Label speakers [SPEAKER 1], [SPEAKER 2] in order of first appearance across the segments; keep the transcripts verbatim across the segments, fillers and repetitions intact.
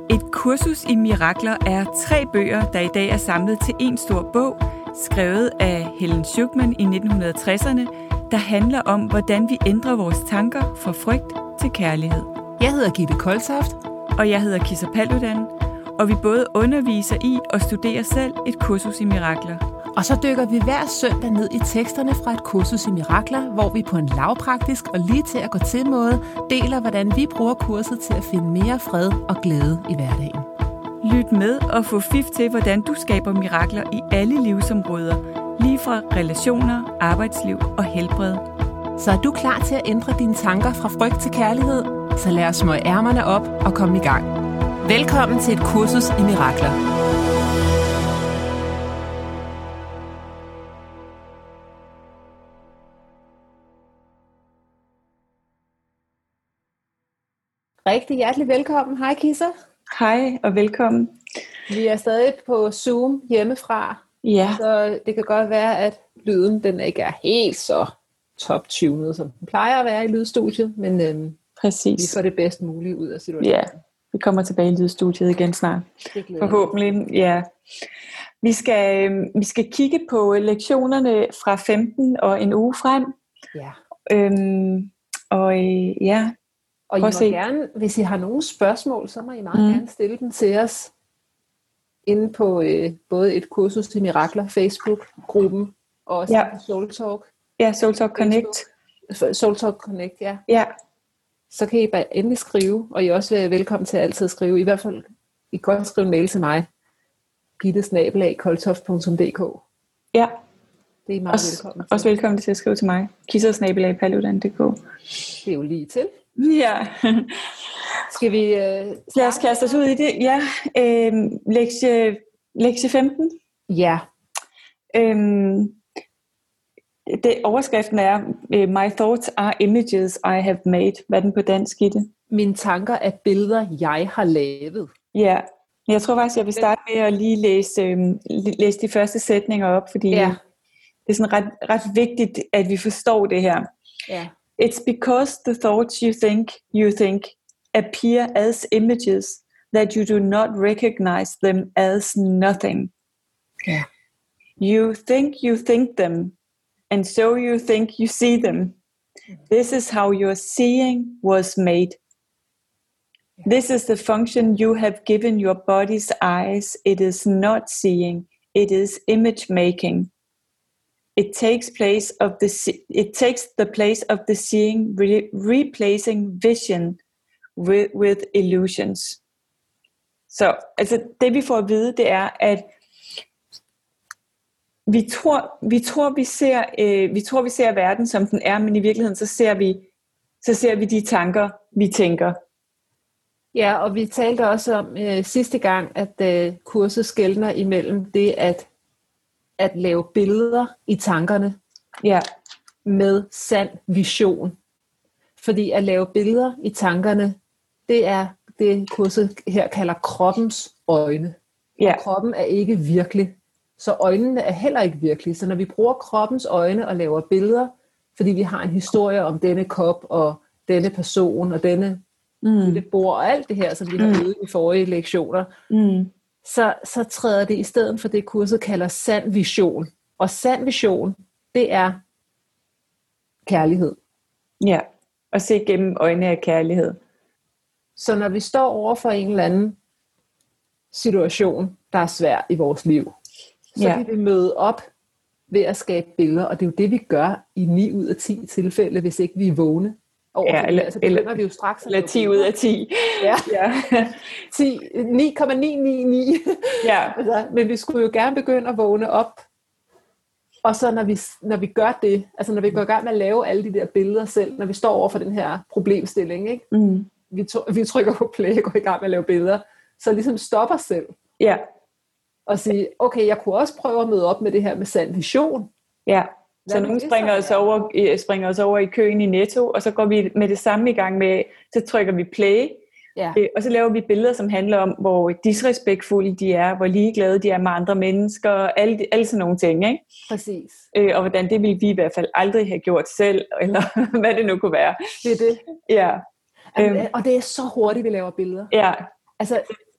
[SPEAKER 1] Et kursus i mirakler er tre bøger, der i dag er samlet til en stor bog, skrevet af Helen Schucman i nitten tresserne, der handler om, hvordan vi ændrer vores tanker fra frygt til kærlighed.
[SPEAKER 2] Jeg hedder Gitte Koltoft.
[SPEAKER 1] Og jeg hedder Kisser Paludan, og vi både underviser i og studerer selv et kursus i mirakler.
[SPEAKER 2] Og så dykker vi hver søndag ned i teksterne fra et kursus i mirakler, hvor vi på en lavpraktisk og lige til at gå til måde deler, hvordan vi bruger kurset til at finde mere fred og glæde i hverdagen.
[SPEAKER 1] Lyt med og få fif til, hvordan du skaber mirakler i alle livsområder, lige fra relationer, arbejdsliv og helbred.
[SPEAKER 2] Så er du klar til at ændre dine tanker fra frygt til kærlighed? Så lad os smøge ærmerne op og komme i gang. Velkommen til et kursus i mirakler. Rigtig hjertelig velkommen. Hej Kisser.
[SPEAKER 1] Hej og velkommen.
[SPEAKER 2] Vi er stadig på Zoom hjemmefra,
[SPEAKER 1] ja.
[SPEAKER 2] Så det kan godt være, at lyden den ikke er helt så top-tunet, som den plejer at være i lydstudiet, men øhm,
[SPEAKER 1] Præcis.
[SPEAKER 2] vi får det bedst muligt ud af situationen.
[SPEAKER 1] Ja, vi kommer tilbage i lydstudiet igen snart. Forhåbentlig, ja. Vi skal, vi skal kigge på lektionerne fra femten og en uge frem.
[SPEAKER 2] Ja.
[SPEAKER 1] Øhm, og ja...
[SPEAKER 2] Og I må gerne, hvis I har nogle spørgsmål, så må I meget mm. gerne stille dem til os inde på øh, både et kursus i mirakler, Facebook-gruppen, og også
[SPEAKER 1] ja.
[SPEAKER 2] Soul Talk.
[SPEAKER 1] Ja, Soul Talk Connect.
[SPEAKER 2] Soul Talk Connect, ja.
[SPEAKER 1] Ja.
[SPEAKER 2] Så kan I bare endelig skrive, og I er også velkommen til at altid skrive. I hvert fald, I kan godt skrive en mail til mig, gitte snabel-a koltoft punktum d k.
[SPEAKER 1] Ja.
[SPEAKER 2] Det er I meget
[SPEAKER 1] også,
[SPEAKER 2] velkommen til.
[SPEAKER 1] Også velkommen til at skrive til mig, kisser snabel-a paludan punktum d k.
[SPEAKER 2] Det er jo lige til.
[SPEAKER 1] Ja.
[SPEAKER 2] Skal vi øh,
[SPEAKER 1] lad os kaste os ud i det? Ja. Øhm, lektie, lektie femten.
[SPEAKER 2] Ja.
[SPEAKER 1] Øhm, det, overskriften er My thoughts are images I have made. Hvad er den på dansk i det?
[SPEAKER 2] Mine tanker er billeder, jeg har lavet.
[SPEAKER 1] Ja. Jeg tror faktisk, jeg vil starte med at lige læse, øhm, læse de første sætninger op, fordi
[SPEAKER 2] ja.
[SPEAKER 1] det er sådan ret, ret vigtigt, at vi forstår det her.
[SPEAKER 2] Ja.
[SPEAKER 1] It's because the thoughts you think you think appear as images that you do not recognize them as nothing.
[SPEAKER 2] Yeah.
[SPEAKER 1] You think you think them, and so you think you see them. This is how your seeing was made. This is the function you have given your body's eyes. It is not seeing, it is image making. It takes place of the it takes the place of the seeing, re, replacing vision with, with illusions. Så altså det vi får at vide, det er at vi tror vi tror vi ser øh, vi tror vi ser verden som den er, men i virkeligheden så ser vi så ser vi de tanker vi tænker.
[SPEAKER 2] Ja, og vi talte også om øh, sidste gang, at øh, kurset skelner imellem det at at lave billeder i tankerne
[SPEAKER 1] ja.
[SPEAKER 2] med sand vision. Fordi at lave billeder i tankerne, det er det kurset her kalder kroppens øjne.
[SPEAKER 1] Ja.
[SPEAKER 2] Og kroppen er ikke virkelig, så øjnene er heller ikke virkelige. Så når vi bruger kroppens øjne og laver billeder, fordi vi har en historie om denne kop og denne person og denne
[SPEAKER 1] mm.
[SPEAKER 2] lille bord og alt det her, som vi har øvet mm. i forrige lektioner,
[SPEAKER 1] mm.
[SPEAKER 2] Så, så træder det i stedet for det kurset kalder sand vision. Og sand vision, det er kærlighed.
[SPEAKER 1] Ja, at se gennem øjne af kærlighed.
[SPEAKER 2] Så når vi står over for en eller anden situation, der er svær i vores liv, så
[SPEAKER 1] ja.
[SPEAKER 2] kan vi møde op ved at skabe billeder. Og det er jo det, vi gør i ni ud af ti tilfælde, hvis ikke vi er vågne.
[SPEAKER 1] Ja, eller,
[SPEAKER 2] så begynder vi jo straks
[SPEAKER 1] eller ti ud af ti.
[SPEAKER 2] Ja. ja. ni komma ni ni ni.
[SPEAKER 1] Ja.
[SPEAKER 2] Altså, men vi skulle jo gerne begynde at vågne op. Og så når vi, når vi gør det, altså når vi går i gang med at lave alle de der billeder selv, når vi står over for den her problemstilling, ikke?
[SPEAKER 1] Mm.
[SPEAKER 2] Vi, to, vi trykker på play og går i gang med at lave billeder, så ligesom stopper selv.
[SPEAKER 1] Ja.
[SPEAKER 2] Og sige, okay, jeg kunne også prøve at møde op med det her med sand vision.
[SPEAKER 1] Ja. Så nogen springer os, over, springer os over i køen i Netto, og så går vi med det samme i gang med, så trykker vi play,
[SPEAKER 2] ja.
[SPEAKER 1] og så laver vi billeder, som handler om, hvor disrespektfulde de er, hvor ligeglade de er med andre mennesker, og alle, alle sådan nogle ting, ikke?
[SPEAKER 2] Præcis.
[SPEAKER 1] Og hvordan det ville vi i hvert fald aldrig have gjort selv, eller hvad det nu kunne være.
[SPEAKER 2] Det er det.
[SPEAKER 1] Ja.
[SPEAKER 2] Altså, og det er så hurtigt, vi laver billeder.
[SPEAKER 1] Ja.
[SPEAKER 2] Altså,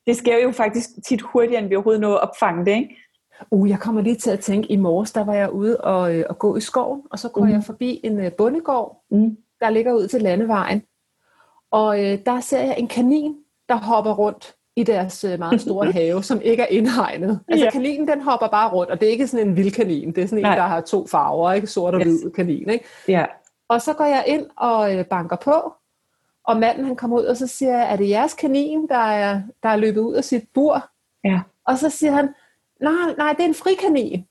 [SPEAKER 1] det sker jo faktisk tit hurtigere, end vi overhovedet når at opfange det, ikke?
[SPEAKER 2] Uh, jeg kommer lige til at tænke, i morges, der var jeg ude og, øh, og gå i skoven, og så går mm. jeg forbi en øh, bondegård, mm. der ligger ud til landevejen. Og øh, der ser jeg en kanin, der hopper rundt i deres øh, meget store have, som ikke er indhegnet. Altså ja. Kaninen, den hopper bare rundt, og det er ikke sådan en vild kanin. Det er sådan en, Nej. Der har to farver, ikke? Sort og yes. hvid kanin, ikke?
[SPEAKER 1] Ja.
[SPEAKER 2] Og så går jeg ind og øh, banker på, og manden han kommer ud, og så siger jeg, er det jeres kanin, der er, der er løbet ud af sit bur?
[SPEAKER 1] Ja.
[SPEAKER 2] Og så siger han, nej, nej, det er en frikanin.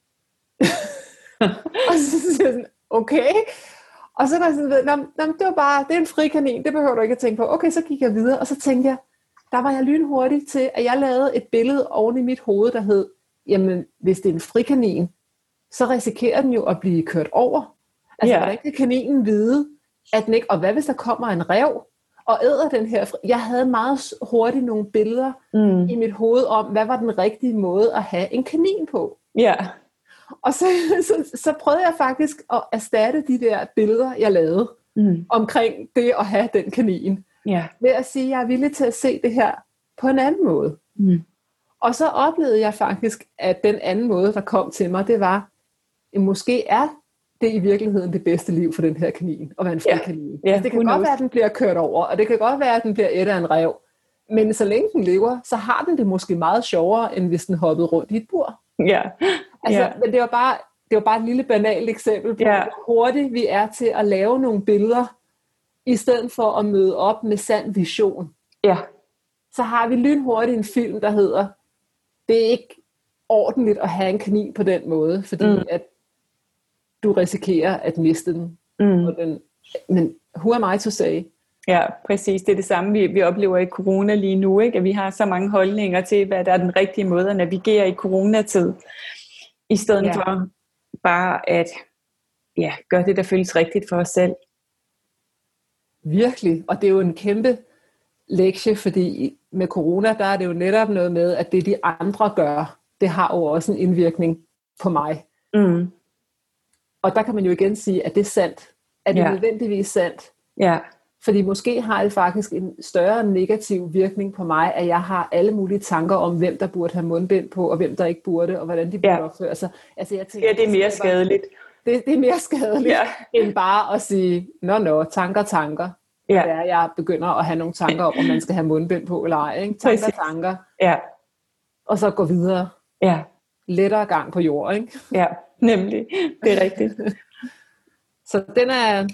[SPEAKER 2] Og så siger jeg sådan, okay. Og så går jeg sådan, nå, nå, det var bare, det er en frikanin, det behøver du ikke at tænke på. Okay, så gik jeg videre, og så tænkte jeg, der var jeg lynhurtig til, at jeg lavede et billede oven i mit hoved, der hed, jamen, hvis det er en frikanin, så risikerer den jo at blive kørt over. Altså, hvordan kan kaninen vide, at den ikke, og hvad hvis der kommer en ræv, og æder den her. Jeg havde meget hurtigt nogle billeder mm. i mit hoved om, hvad var den rigtige måde at have en kanin på.
[SPEAKER 1] Ja.
[SPEAKER 2] Og så, så, så prøvede jeg faktisk at erstatte de der billeder, jeg lavede, mm. omkring det at have den kanin.
[SPEAKER 1] Ja.
[SPEAKER 2] Ved at sige, at jeg er villig til at se det her på en anden måde. Mm. Og så oplevede jeg faktisk, at den anden måde, der kom til mig, det var, at måske er det i virkeligheden det bedste liv for den her kanin, at være en fri kanin. Ja. Altså, det kan godt knows. være, at den bliver kørt over, og det kan godt være, at den bliver ædt af en ræv. Men så længe den lever, så har den det måske meget sjovere, end hvis den hoppede rundt i et bur.
[SPEAKER 1] Ja.
[SPEAKER 2] Altså,
[SPEAKER 1] ja.
[SPEAKER 2] Men det var, bare, det var bare et lille banalt eksempel på,
[SPEAKER 1] ja.
[SPEAKER 2] hvor hurtigt vi er til at lave nogle billeder, i stedet for at møde op med sand vision.
[SPEAKER 1] Ja.
[SPEAKER 2] Så har vi lynhurtigt en film, der hedder, det er ikke ordentligt at have en kanin på den måde, fordi mm. at du risikerer at miste den. Mm. Og den. Men who am I to say?
[SPEAKER 1] Ja, præcis. Det er det samme, vi, vi oplever i corona lige nu, ikke? At vi har så mange holdninger til, hvad der er den rigtige måde at navigere i coronatid, i stedet ja. for bare at ja, gøre det, der føles rigtigt for os selv.
[SPEAKER 2] Virkelig, og det er jo en kæmpe lektie, fordi med corona, der er det jo netop noget med, at det de andre gør, det har jo også en indvirkning på mig. Mm. Og der kan man jo igen sige, at det er sandt. Er det ja. nødvendigvis sandt?
[SPEAKER 1] Ja.
[SPEAKER 2] Fordi måske har det faktisk en større negativ virkning på mig, at jeg har alle mulige tanker om, hvem der burde have mundbind på, og hvem der ikke burde, og hvordan de burde ja. opføre sig. Altså, jeg tænker,
[SPEAKER 1] ja, det er mere skadeligt.
[SPEAKER 2] Det, det er mere skadeligt, ja. end bare at sige, nå, nå, tanker, tanker. Ja. Det er, jeg begynder at have nogle tanker om, om man skal have mundbind på eller ej. Ikke? Tanker, Præcis. tanker.
[SPEAKER 1] Ja.
[SPEAKER 2] Og så gå videre.
[SPEAKER 1] Ja.
[SPEAKER 2] Lettere gang på jord, ikke?
[SPEAKER 1] Ja, nemlig. Det er rigtigt.
[SPEAKER 2] Så den er...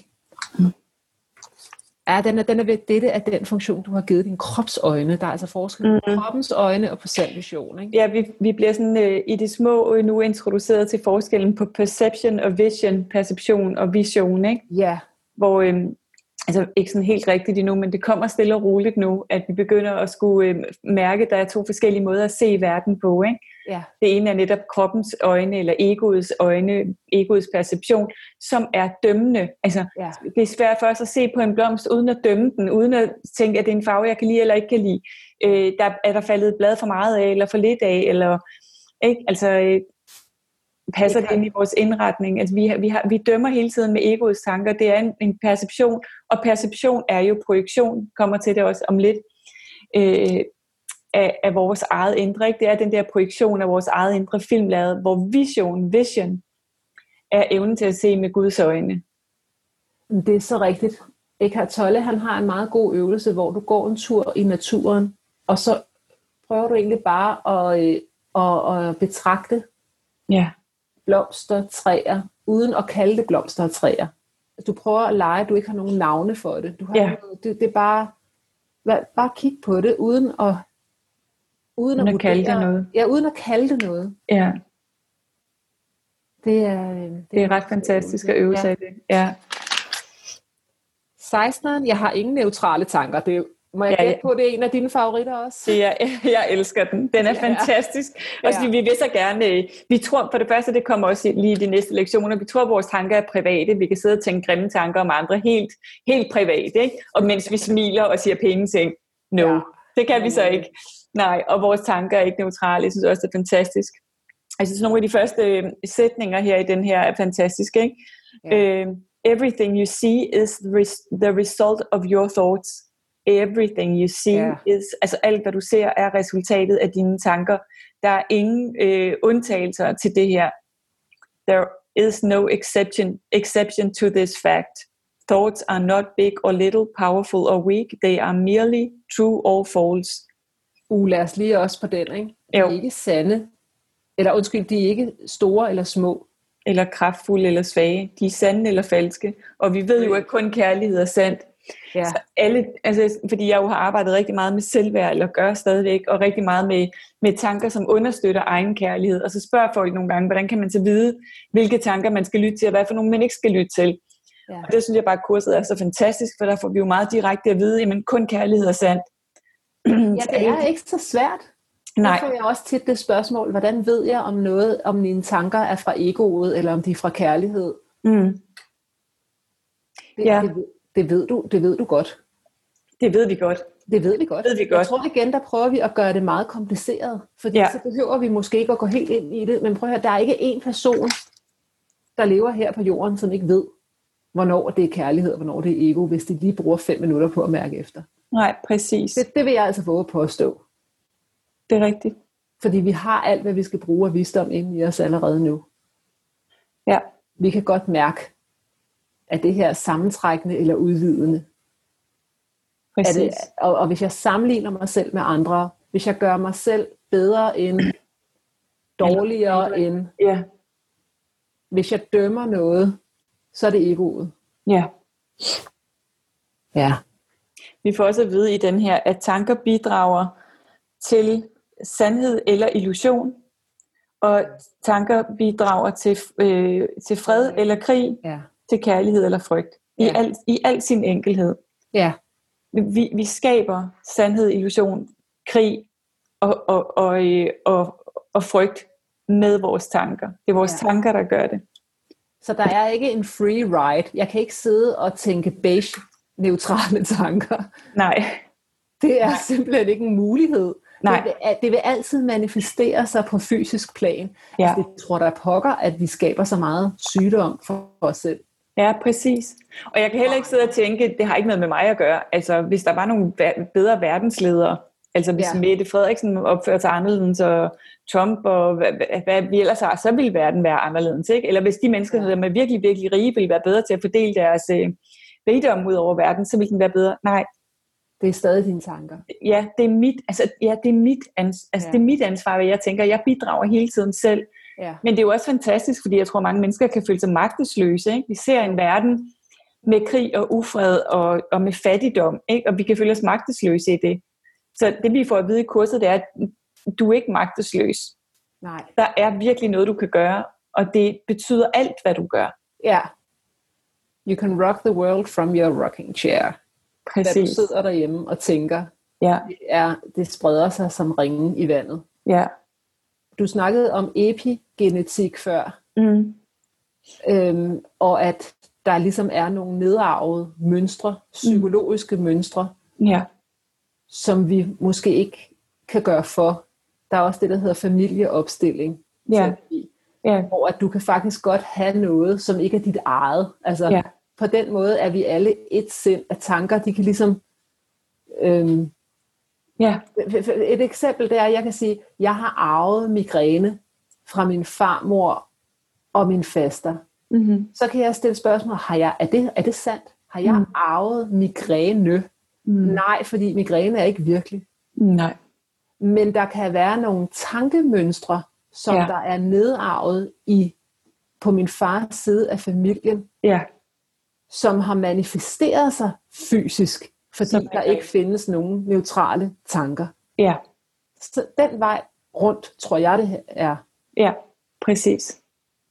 [SPEAKER 2] Ja, den er, den er ved dette af den funktion, du har givet din kropsøjne. Der er altså forskel på mm. kroppens øjne og på sandvision, ikke?
[SPEAKER 1] Ja, vi, vi bliver sådan øh, i det små nu introduceret til forskellen på perception og vision, perception og vision, ikke?
[SPEAKER 2] Ja.
[SPEAKER 1] Hvor, øh, altså ikke sådan helt rigtigt endnu, men det kommer stille og roligt nu, at vi begynder at skulle øh, mærke, at der er to forskellige måder at se verden på, ikke?
[SPEAKER 2] Ja.
[SPEAKER 1] Det ene er netop kroppens øjne, eller egoets øjne, egoets perception, som er dømmende. Altså, ja. Det er svært for os at se på en blomst, uden at dømme den, uden at tænke, at det er en farve, jeg kan lide eller ikke kan lide. Øh, der er der faldet et blad for meget af, eller for lidt af, eller ikke? Altså, øh, passer det, det ind i vores indretning? Altså, vi, har, vi, har, vi dømmer hele tiden med egoets tanker. Det er en, en perception, og perception er jo projektion, kommer til det også om lidt. Øh, Af, af vores eget indre, ikke? Det er den der projektion af vores eget indre filmlaget, hvor vision, vision er evnen til at se med Guds øjne.
[SPEAKER 2] Det er så rigtigt. Eckhart Tolle, han har en meget god øvelse, hvor du går en tur i naturen, og så prøver du egentlig bare at, at, at betragte
[SPEAKER 1] ja.
[SPEAKER 2] blomster, træer, uden at kalde det blomster og træer. Du prøver at lege, at du ikke har nogen navne for det. Du har
[SPEAKER 1] ja.
[SPEAKER 2] noget, det, det er bare, bare kig på det, uden at Uden at,
[SPEAKER 1] uden at kalde det noget.
[SPEAKER 2] Ja, uden at kalde det noget.
[SPEAKER 1] Ja.
[SPEAKER 2] Det er, det,
[SPEAKER 1] det er ret fantastisk at øve sig i det. Ja.
[SPEAKER 2] seksteneren, jeg har ingen neutrale tanker. Det må jeg ja, gætte på, det er en af dine favoritter også?
[SPEAKER 1] Det er, jeg elsker den. Den er ja. fantastisk. Også ja. vi vil så gerne, vi tror for det første, det kommer også lige i de næste lektioner, vi tror, at vores tanker er private. Vi kan sidde og tænke grimme tanker om andre helt, helt privat, ikke? Og mens vi smiler og siger pæne ting. No, ja. det kan vi så ikke. Nej, og vores tanker er ikke neutrale. Jeg synes også, det er fantastisk. Jeg synes, nogle af de første sætninger her i den her er fantastiske, ikke? Yeah. Uh, everything you see is the, res- the result of your thoughts. everything you see
[SPEAKER 2] Ja.
[SPEAKER 1] is, altså alt hvad du ser er resultatet af dine tanker. Der er ingen øh, undtagelser til det her. There is no exception, exception to this fact. Thoughts are not big or little, powerful or weak. They are merely true or false.
[SPEAKER 2] Uh, lad os lige også på den, ikke? De er
[SPEAKER 1] Jo.
[SPEAKER 2] ikke sande, eller undskyld, de er ikke store eller små.
[SPEAKER 1] Eller kraftfulde eller svage. De er sande eller falske. Og vi ved jo, at kun kærlighed er sandt.
[SPEAKER 2] Ja.
[SPEAKER 1] Så alle, altså, fordi jeg jo har arbejdet rigtig meget med selvværd, eller gør stadigvæk, og rigtig meget med, med tanker, som understøtter egen kærlighed. Og så spørger folk nogle gange, hvordan kan man så vide, hvilke tanker man skal lytte til, og hvad for nogle man ikke skal lytte til.
[SPEAKER 2] Ja.
[SPEAKER 1] Og det synes jeg bare, at kurset er så fantastisk, for der får vi jo meget direkte at vide, jamen kun kærlighed er sandt.
[SPEAKER 2] Ja, det er ikke så svært.
[SPEAKER 1] Nej.
[SPEAKER 2] Så får jeg også tit det spørgsmål, hvordan ved jeg om noget, om mine tanker er fra egoet, eller om de er fra kærlighed?
[SPEAKER 1] Mm.
[SPEAKER 2] Det,
[SPEAKER 1] Ja.
[SPEAKER 2] det, det, ved du, det ved du godt.
[SPEAKER 1] Det ved vi godt.
[SPEAKER 2] Det ved vi godt.
[SPEAKER 1] Ved vi godt.
[SPEAKER 2] Jeg tror igen, der prøver vi at gøre det meget kompliceret. Fordi
[SPEAKER 1] Ja.
[SPEAKER 2] så behøver vi måske ikke at gå helt ind i det. Men prøv at høre, der er ikke én person, der lever her på jorden, som ikke ved, hvornår det er kærlighed, og hvornår det er ego, hvis de lige bruger fem minutter på at mærke efter.
[SPEAKER 1] Nej, præcis.
[SPEAKER 2] Det, det vil jeg altså våge på at stå.
[SPEAKER 1] Det er rigtigt.
[SPEAKER 2] Fordi vi har alt, hvad vi skal bruge af visdom inde i os allerede nu.
[SPEAKER 1] Ja.
[SPEAKER 2] Vi kan godt mærke, at det her sammentrækkende eller udvidende. Er
[SPEAKER 1] Præcis.
[SPEAKER 2] det, og, og hvis jeg sammenligner mig selv med andre, hvis jeg gør mig selv bedre end, dårligere end,
[SPEAKER 1] Ja.
[SPEAKER 2] hvis jeg dømmer noget, så er det egoet.
[SPEAKER 1] Ja.
[SPEAKER 2] Ja.
[SPEAKER 1] Vi får også at vide i den her, at tanker bidrager til sandhed eller illusion, og tanker bidrager til, øh, til fred eller krig,
[SPEAKER 2] Ja.
[SPEAKER 1] til kærlighed eller frygt. I,
[SPEAKER 2] Ja.
[SPEAKER 1] al, i al sin enkelhed.
[SPEAKER 2] Ja.
[SPEAKER 1] Vi, vi skaber sandhed, illusion, krig og, og, og, øh, og, og frygt med vores tanker. Det er vores
[SPEAKER 2] Ja.
[SPEAKER 1] tanker, der gør det.
[SPEAKER 2] Så der er ikke en free ride. Jeg kan ikke sidde og tænke beige neutrale tanker.
[SPEAKER 1] Nej.
[SPEAKER 2] Det er simpelthen ikke en mulighed.
[SPEAKER 1] Nej.
[SPEAKER 2] Det, vil, det vil altid manifestere sig på fysisk plan.
[SPEAKER 1] Ja.
[SPEAKER 2] Altså, det tror der er pokker, at vi skaber så meget sygdom for os selv.
[SPEAKER 1] Ja, præcis. Og jeg kan heller ikke sidde og tænke, det har ikke noget med mig at gøre. Altså, hvis der var nogle bedre verdensledere, altså hvis
[SPEAKER 2] Ja.
[SPEAKER 1] Mette Frederiksen opførte sig anderledes, og Trump og hvad, hvad vi ellers har, så ville verden være anderledes, ikke? Eller hvis de mennesker,
[SPEAKER 2] Ja.
[SPEAKER 1] der er virkelig, virkelig rige, ville være bedre til at fordele deres øh, rigdom ud over verden, så ville den være bedre. Nej,
[SPEAKER 2] Det er stadig dine tanker.
[SPEAKER 1] ja, det er mit, altså, ja, det er mit, ans- altså,
[SPEAKER 2] Ja.
[SPEAKER 1] det er mit ansvar, hvad jeg tænker. Jeg bidrager hele tiden selv.
[SPEAKER 2] Ja.
[SPEAKER 1] Men det er jo også fantastisk, fordi jeg tror, mange mennesker kan føle sig magtesløse. Ikke? Vi ser en verden med krig og ufred og, og med fattigdom, ikke? Og vi kan føle os magtesløse i det. Så det vi får at vide i kurset, det er, at du er ikke magtesløs.
[SPEAKER 2] Nej.
[SPEAKER 1] Der er virkelig noget, du kan gøre, og det betyder alt, hvad du gør.
[SPEAKER 2] Ja. You can rock the world from your rocking chair. Da du
[SPEAKER 1] Præcis.
[SPEAKER 2] sidder derhjemme og tænker,
[SPEAKER 1] Ja,
[SPEAKER 2] det, er, det spreder sig som ringen i vandet.
[SPEAKER 1] ja.
[SPEAKER 2] Du snakkede om epigenetik før,
[SPEAKER 1] Mm.
[SPEAKER 2] øhm, og at der ligesom er nogle nedarvede mønstre, psykologiske mm. mønstre,
[SPEAKER 1] Ja,
[SPEAKER 2] som vi måske ikke kan gøre for. Der er også det, der hedder familieopstilling.
[SPEAKER 1] ja, ja,
[SPEAKER 2] Hvor at du kan faktisk godt have noget, som ikke er dit eget. Altså
[SPEAKER 1] ja,
[SPEAKER 2] på den måde er vi alle et sind af tanker. De kan ligesom... Øhm,
[SPEAKER 1] ja,
[SPEAKER 2] et eksempel det er, at jeg kan sige, jeg har arvet migræne fra min farmor og min faster.
[SPEAKER 1] mm-hmm.
[SPEAKER 2] Så kan jeg stille spørgsmål, har jeg, er, det, er det sandt? Har jeg
[SPEAKER 1] Mm.
[SPEAKER 2] arvet migræne?
[SPEAKER 1] Mm.
[SPEAKER 2] Nej, fordi migræne er ikke virkelig.
[SPEAKER 1] Nej,
[SPEAKER 2] Men der kan være nogle tankemønstre, som
[SPEAKER 1] Ja.
[SPEAKER 2] der er nedarvet i, på min fars side af familien,
[SPEAKER 1] ja,
[SPEAKER 2] som har manifesteret sig fysisk, fordi
[SPEAKER 1] Som
[SPEAKER 2] der
[SPEAKER 1] migræne.
[SPEAKER 2] ikke findes nogen neutrale tanker.
[SPEAKER 1] ja,
[SPEAKER 2] Så den vej rundt, tror jeg det er.
[SPEAKER 1] ja, præcis.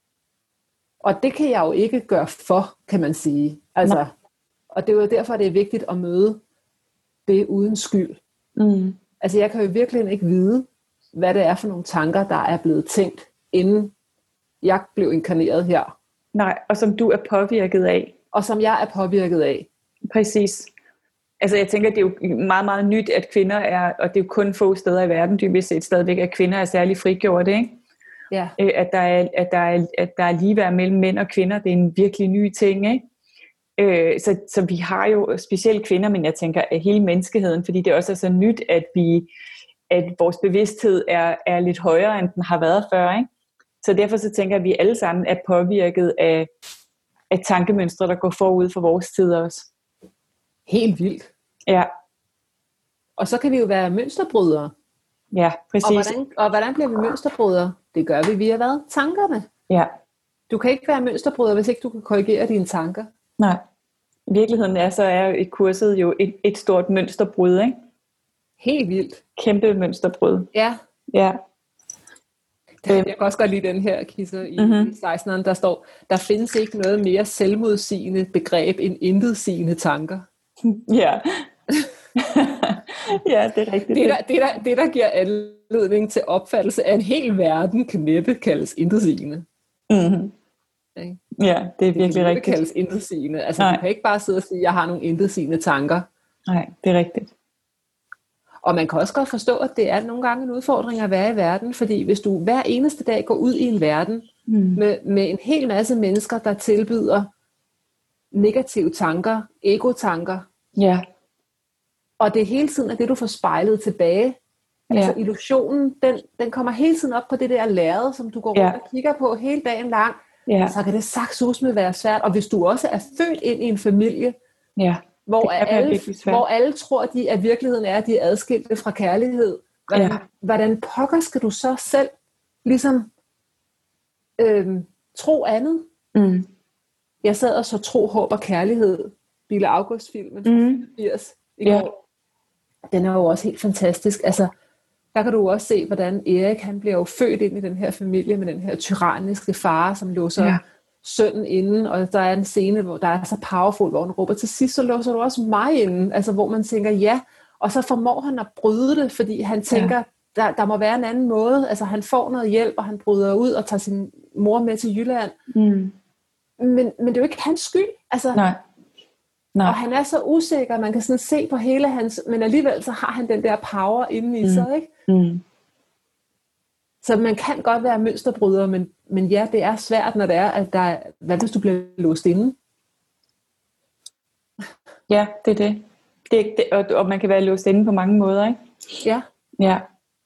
[SPEAKER 2] Og det kan jeg jo ikke gøre for, kan man sige. Altså,
[SPEAKER 1] Nej.
[SPEAKER 2] og det er jo derfor, det er vigtigt at møde det uden skyld.
[SPEAKER 1] Mm.
[SPEAKER 2] Altså jeg kan jo virkelig ikke vide, hvad det er for nogle tanker, der er blevet tænkt, inden jeg blev inkarneret her.
[SPEAKER 1] Nej, og som du er påvirket af.
[SPEAKER 2] Og som jeg er påvirket af.
[SPEAKER 1] Præcis. Altså jeg tænker, det er jo meget, meget nyt, at kvinder er, og det er jo kun få steder i verden dybest set stadigvæk, at kvinder er særlig frigjorte, ikke?
[SPEAKER 2] Ja.
[SPEAKER 1] Øh, At der er, at der er, at der er ligeværd mellem mænd og kvinder, det er en virkelig ny ting, ikke? Øh, så, så vi har jo specielt kvinder, men jeg tænker at hele menneskeheden, fordi det også er så nyt, at vi at vores bevidsthed er, er lidt højere, end den har været før, ikke? Så derfor så tænker jeg, at vi alle sammen er påvirket af, af tankemønstre, der går forud for vores tid også.
[SPEAKER 2] Helt vildt.
[SPEAKER 1] Ja.
[SPEAKER 2] Og så kan vi jo være mønsterbrydere.
[SPEAKER 1] Ja, præcis.
[SPEAKER 2] Og hvordan, og hvordan bliver vi mønsterbrydere? Det gør vi via hvad? Tankerne.
[SPEAKER 1] Ja.
[SPEAKER 2] Du kan ikke være mønsterbryder, hvis ikke du kan korrigere dine tanker.
[SPEAKER 1] Nej. I virkeligheden er, så er et kurset jo et, et stort mønsterbryd, ikke?
[SPEAKER 2] Helt vildt.
[SPEAKER 1] Kæmpe mønsterbryd.
[SPEAKER 2] Ja.
[SPEAKER 1] Ja.
[SPEAKER 2] Jeg kan også godt lide den her kisser i mm-hmm. seksteneren, der står, der findes ikke noget mere selvmodsigende begreb end intetsigende tanker.
[SPEAKER 1] Ja. Ja, det er rigtigt.
[SPEAKER 2] Det der, det, der, det, der giver anledning til opfattelse af en hel verden, kan næppe kaldes intetsigende.
[SPEAKER 1] Mm-hmm.
[SPEAKER 2] Okay.
[SPEAKER 1] Ja, det er virkelig
[SPEAKER 2] det
[SPEAKER 1] rigtigt.
[SPEAKER 2] Det kaldes intetsigende. Altså,
[SPEAKER 1] Nej.
[SPEAKER 2] du kan ikke bare sidde og sige, jeg har nogle intetsigende tanker.
[SPEAKER 1] Nej, det er rigtigt.
[SPEAKER 2] Og man kan også godt forstå, at det er nogle gange en udfordring at være i verden, fordi hvis du hver eneste dag går ud i en verden mm. med, med en hel masse mennesker, der tilbyder negative tanker, egotanker,
[SPEAKER 1] ja.
[SPEAKER 2] og det hele tiden er det, du får spejlet tilbage. Ja. Altså illusionen, den, den kommer hele tiden op på det der lærred, som du går rundt ja. og kigger på hele dagen lang,
[SPEAKER 1] ja.
[SPEAKER 2] så kan det saktsusme være svært. Og hvis du også er født ind i en familie,
[SPEAKER 1] ja.
[SPEAKER 2] hvor, alle, hvor alle tror, de, at virkeligheden er, at de er adskilte fra kærlighed, hvordan, ja. hvordan pokker skal du så selv ligesom øhm, tro andet?
[SPEAKER 1] Mm.
[SPEAKER 2] Jeg sad og så Tro, Håb og Kærlighed, Bille August-filmen fra
[SPEAKER 1] mm.
[SPEAKER 2] firs i
[SPEAKER 1] ja.
[SPEAKER 2] går. Den er jo også helt fantastisk. Altså, der kan du også se, hvordan Erik, han bliver jo født ind i den her familie med den her tyranniske far, som låser ja. sønnen inden, og der er en scene, hvor der er så powerful, hvor han råber, til sidst så låser du også mig inden, altså hvor man tænker ja, og så formår han at bryde det, fordi han tænker, ja. der, der må være en anden måde, altså han får noget hjælp, og han bryder ud og tager sin mor med til Jylland, mm. men, men det er jo ikke hans skyld, altså,
[SPEAKER 1] Nej. Nej.
[SPEAKER 2] Og han er så usikker, man kan sådan se på hele hans, men alligevel så har han den der power inde i mm. sig, ikke? Mm. Så man kan godt være mønsterbryder, men, men ja, det er svært, når det er, at der er, hvad hvis du bliver låst inde?
[SPEAKER 1] Ja, det er det. det, er, det og, og man kan være låst inde på mange måder, ikke?
[SPEAKER 2] Ja.
[SPEAKER 1] Ja.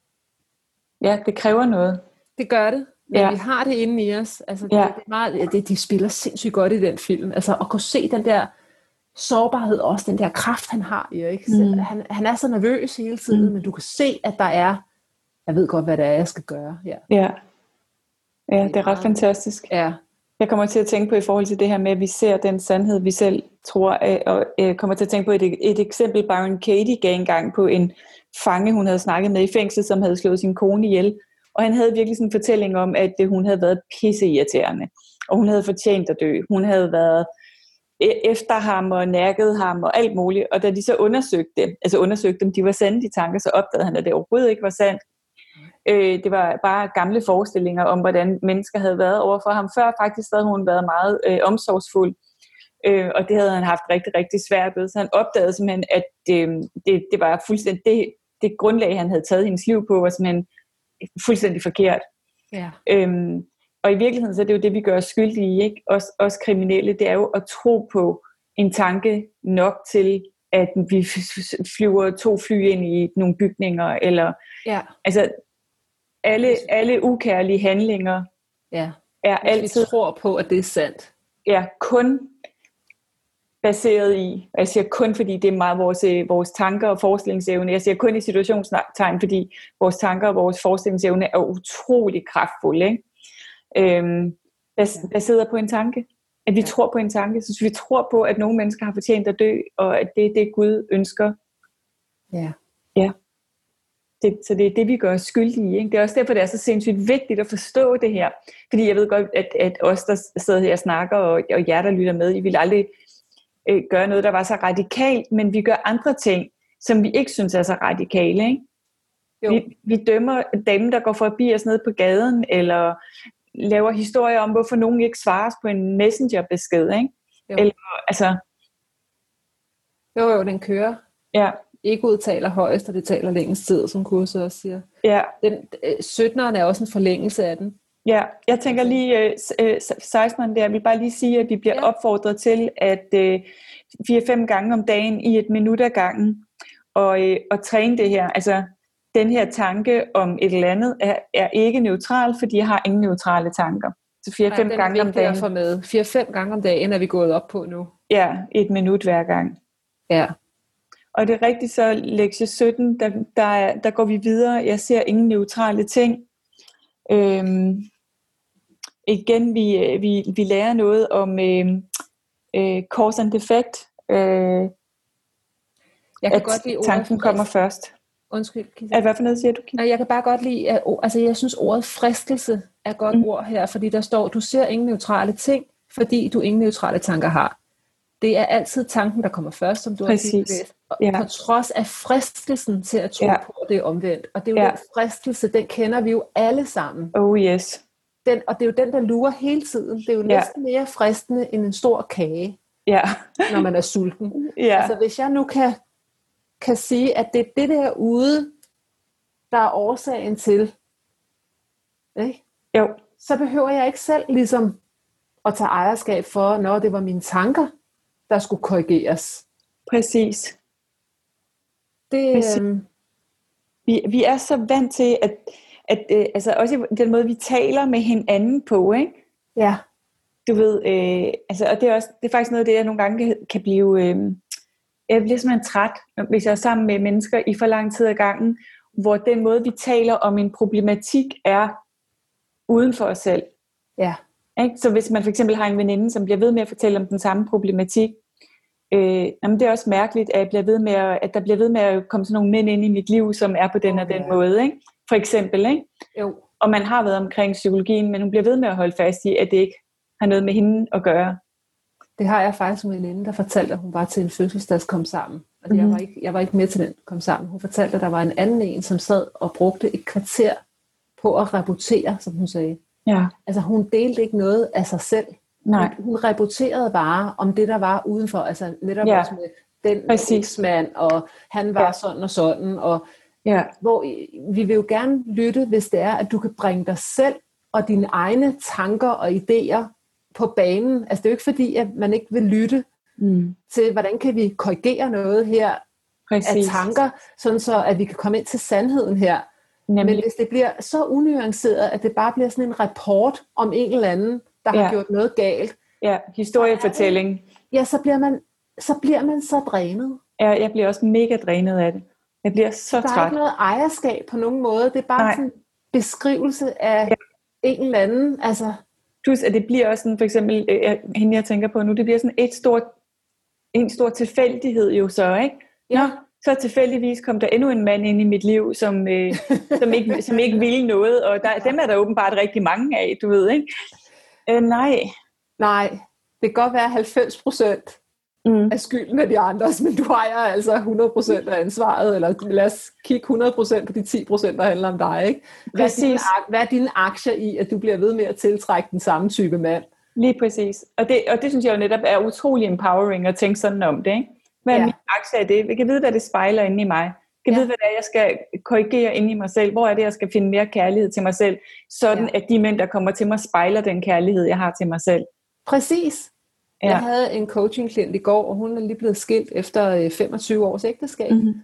[SPEAKER 1] Ja, det kræver noget.
[SPEAKER 2] Det gør det, men
[SPEAKER 1] ja.
[SPEAKER 2] vi har det inde i os. Altså, det,
[SPEAKER 1] ja.
[SPEAKER 2] det er meget, det, de spiller sindssygt godt i den film. Altså, at kunne se den der sårbarhed, også den der kraft, han har, Erik. Mm. Han, han er så nervøs hele tiden, mm. men du kan se, at der er, jeg ved godt, hvad det er, jeg skal gøre. Ja,
[SPEAKER 1] ja. ja det er ret fantastisk.
[SPEAKER 2] Ja.
[SPEAKER 1] Jeg kommer til at tænke på i forhold til det her med, at vi ser den sandhed, vi selv tror, og jeg kommer til at tænke på et, et eksempel, Byron Katie gav engang på en fange, hun havde snakket med i fængsel, som havde slået sin kone ihjel. Og han havde virkelig sådan en fortælling om, at hun havde været pisseirriterende, og hun havde fortjent at dø. Hun havde været efter ham og nærket ham og alt muligt. Og da de så undersøgte det, altså undersøgte dem, de var sande, de tanker, så opdagede han, at det overhovedet ikke var sandt. Øh, det var bare gamle forestillinger om, hvordan mennesker havde været overfor ham før. Faktisk havde hun været meget øh, omsorgsfuld, øh, og det havde han haft rigtig, rigtig svært ved. Så han opdagede simpelthen, at øh, det, det var fuldstændig, det, det grundlag, han havde taget hendes liv på, var simpelthen fuldstændig forkert.
[SPEAKER 2] Ja. Øhm,
[SPEAKER 1] og i virkeligheden, så er det jo det, vi gør os skyldige i, ikke? Os, os kriminelle, det er jo at tro på en tanke nok til, at vi flyver to fly ind i nogle bygninger, eller
[SPEAKER 2] ja.
[SPEAKER 1] altså alle, alle ukærlige handlinger
[SPEAKER 2] ja.
[SPEAKER 1] er
[SPEAKER 2] Hvis
[SPEAKER 1] altid
[SPEAKER 2] vi tror på, at det er sandt.
[SPEAKER 1] Ja, kun baseret i, og jeg siger kun, fordi det er meget vores, vores tanker og forestillingsevne. Jeg siger kun i situationstegn, fordi vores tanker og vores forestillingsevne er utrolig kraftfulde, ikke? Øhm, bas, baseret på en tanke. At vi ja. tror på en tanke. Så vi tror på, at nogle mennesker har fortjent at dø, og at det er det, Gud ønsker.
[SPEAKER 2] Ja.
[SPEAKER 1] Ja. Det, så det er det, vi gør os skyldige i, ikke? Det er også derfor, det er så sindssygt vigtigt at forstå det her. Fordi jeg ved godt, at, at os, der sidder her og snakker, og, og jer, der lytter med, I vil aldrig øh, gøre noget, der var så radikalt, men vi gør andre ting, som vi ikke synes er så radikale, ikke? Vi, vi dømmer dem, der går forbi os nede på gaden, eller laver historier om, hvorfor nogen ikke svares på en messengerbesked, ikke?
[SPEAKER 2] Jo.
[SPEAKER 1] Eller, altså...
[SPEAKER 2] Jo, jo, den kører.
[SPEAKER 1] Ja.
[SPEAKER 2] Egoet taler højst, og det taler længst tid, som kurset også siger.
[SPEAKER 1] Ja.
[SPEAKER 2] Den, sytteneren er også en forlængelse af den.
[SPEAKER 1] Ja, jeg tænker lige, øh, seksten der, jeg vil bare lige sige, at vi bliver ja. opfordret til, at øh, fire-fem gange om dagen i et minut ad gangen, og, øh, og træne det her. Altså, den her tanke om et eller andet er, er ikke neutral, fordi jeg har ingen neutrale tanker. Så fire-fem gange om dagen.
[SPEAKER 2] For med. fire-fem gange om dagen er vi gået op på nu.
[SPEAKER 1] Ja, et minut hver gang.
[SPEAKER 2] Ja.
[SPEAKER 1] Og det er rigtigt, så lektie sytten, der, der, er, der går vi videre. Jeg ser ingen neutrale ting. Øhm, igen, vi, vi, vi lærer noget om øh, øh, cause and effect. Øh,
[SPEAKER 2] jeg kan
[SPEAKER 1] at
[SPEAKER 2] godt lide
[SPEAKER 1] tanken kommer først.
[SPEAKER 2] Undskyld,
[SPEAKER 1] At, hvad for noget siger du, Kim?
[SPEAKER 2] Jeg kan bare godt lide, at, altså jeg synes ordet fristelse er et godt mm. ord her, fordi der står, du ser ingen neutrale ting, fordi du ingen neutrale tanker har. Det er altid tanken, der kommer først, som du
[SPEAKER 1] Præcis.
[SPEAKER 2] har læst.
[SPEAKER 1] Ja.
[SPEAKER 2] På trods af fristelsen til at tro ja. på, at det er omvendt. Og det er jo
[SPEAKER 1] ja.
[SPEAKER 2] den fristelse, den kender vi jo alle sammen.
[SPEAKER 1] Oh yes.
[SPEAKER 2] Den, og det er jo den, der lurer hele tiden. Det er jo
[SPEAKER 1] ja.
[SPEAKER 2] næsten mere fristende end en stor kage,
[SPEAKER 1] ja.
[SPEAKER 2] når man er sulten.
[SPEAKER 1] Ja.
[SPEAKER 2] Altså hvis jeg nu kan, kan sige, at det er det derude, der er årsagen til, ikke?
[SPEAKER 1] Jo.
[SPEAKER 2] Så behøver jeg ikke selv ligesom at tage ejerskab for, når det var mine tanker, der skulle korrigeres.
[SPEAKER 1] Præcis.
[SPEAKER 2] Det,
[SPEAKER 1] Præcis.
[SPEAKER 2] Øhm...
[SPEAKER 1] Vi, vi er så vant til, at, at øh, altså også den måde, vi taler med hinanden på, ikke?
[SPEAKER 2] Ja.
[SPEAKER 1] Du ved, øh, altså, og det er, også, det er faktisk noget af det, jeg nogle gange kan, kan blive, øh, jeg bliver simpelthen træt, hvis jeg er sammen med mennesker i for lang tid ad gangen, hvor den måde, vi taler om en problematik, er uden for os selv.
[SPEAKER 2] Ja.
[SPEAKER 1] Ikke? Så hvis man for eksempel har en veninde, som bliver ved med at fortælle om den samme problematik, øh, jamen det er også mærkeligt, at, jeg bliver ved med at, at der bliver ved med at komme sådan nogle mænd ind i mit liv, som er på den og den ja. måde. Ikke? For eksempel. Ikke?
[SPEAKER 2] Jo.
[SPEAKER 1] Og man har været omkring psykologien, men hun bliver ved med at holde fast i, at det ikke har noget med hende at gøre.
[SPEAKER 2] Det har jeg faktisk en veninde, der fortalte, at hun var til en fødselsdags kom sammen. Altså, mm-hmm. jeg, var ikke, jeg var ikke med til den kom sammen. Hun fortalte, at der var en anden en, som sad og brugte et kvarter på at rapportere, som hun sagde.
[SPEAKER 1] Ja.
[SPEAKER 2] Altså hun delte ikke noget af sig selv.
[SPEAKER 1] Nej.
[SPEAKER 2] Hun, hun rapporterede bare om det, der var udenfor. Altså netop
[SPEAKER 1] ja.
[SPEAKER 2] også med den eksmand, og han var ja. sådan og sådan. Og
[SPEAKER 1] ja.
[SPEAKER 2] hvor vi vil jo gerne lytte, hvis det er, at du kan bringe dig selv og dine egne tanker og idéer på banen. Altså det er jo ikke fordi, at man ikke vil lytte mm. til, hvordan kan vi korrigere noget her Præcis. af tanker, sådan så at vi kan komme ind til sandheden her. Nemlig. Men hvis det bliver så unuanceret, at det bare bliver sådan en rapport om en eller anden, der ja. har gjort noget galt.
[SPEAKER 1] Ja, historiefortælling.
[SPEAKER 2] Ja, så bliver man så, bliver man så drænet.
[SPEAKER 1] Ja, jeg bliver også mega drænet af det. Jeg bliver så
[SPEAKER 2] der
[SPEAKER 1] træt.
[SPEAKER 2] Der er ikke noget ejerskab på nogen måde. Det er bare
[SPEAKER 1] Nej.
[SPEAKER 2] sådan en beskrivelse af ja. en eller anden. Altså.
[SPEAKER 1] Plus, at det bliver også sådan, for eksempel, øh, hende jeg tænker på nu, det bliver sådan et stort, en stor tilfældighed jo så, ikke?
[SPEAKER 2] Ja.
[SPEAKER 1] Nå, så tilfældigvis kom der endnu en mand ind i mit liv, som, øh, som, ikke, som ikke ville noget, og der, dem er der åbenbart rigtig mange af, du ved, ikke? Øh, nej.
[SPEAKER 2] Nej, det kan godt være halvfems procent mm. af skylden af de andres, men du ejer altså hundrede procent af ansvaret, eller lad os kigge hundrede procent på de ti procent, der handler om dig, ikke? Hvad er, dine, hvad er dine aktier i, at du bliver ved med at tiltrække den samme type mand?
[SPEAKER 1] Lige præcis. Og det, og det synes jeg jo netop er utrolig empowering at tænke sådan om det, ikke? Hvad er ja. min aktie af det? Jeg kan vide, hvad det spejler inde i mig. Jeg kan ja. vide, hvad det er, jeg skal korrigere inde i mig selv. Hvor er det, jeg skal finde mere kærlighed til mig selv? Sådan, ja. at de mænd, der kommer til mig, spejler den kærlighed, jeg har til mig selv.
[SPEAKER 2] Præcis. Ja. Jeg havde en coaching-klient i går, og hun er lige blevet skilt efter femogtyve års ægteskab. Mm-hmm.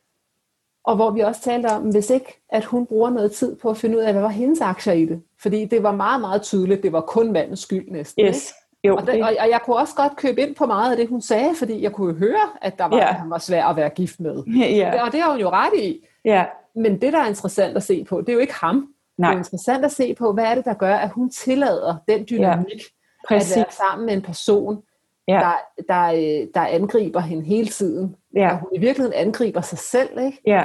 [SPEAKER 2] Og hvor vi også talte om, hvis ikke, at hun bruger noget tid på at finde ud af, hvad var hendes aktier i det. Fordi det var meget, meget tydeligt, det var kun mandens skyld næsten.
[SPEAKER 1] Yes. Jo,
[SPEAKER 2] og, det, og, og jeg kunne også godt købe ind på meget af det, hun sagde, fordi jeg kunne høre, at der var,
[SPEAKER 1] ja.
[SPEAKER 2] at han var svær at være gift med.
[SPEAKER 1] Ja.
[SPEAKER 2] Og det har hun jo ret i.
[SPEAKER 1] Ja.
[SPEAKER 2] Men det, der er interessant at se på, det er jo ikke ham.
[SPEAKER 1] Nej.
[SPEAKER 2] Det er interessant at se på, hvad er det, der gør, at hun tillader den dynamik, ja. at være sammen med en person, ja. der, der, der angriber hende hele tiden. Ja. Og hun i virkeligheden angriber sig selv, ikke?
[SPEAKER 1] Ja,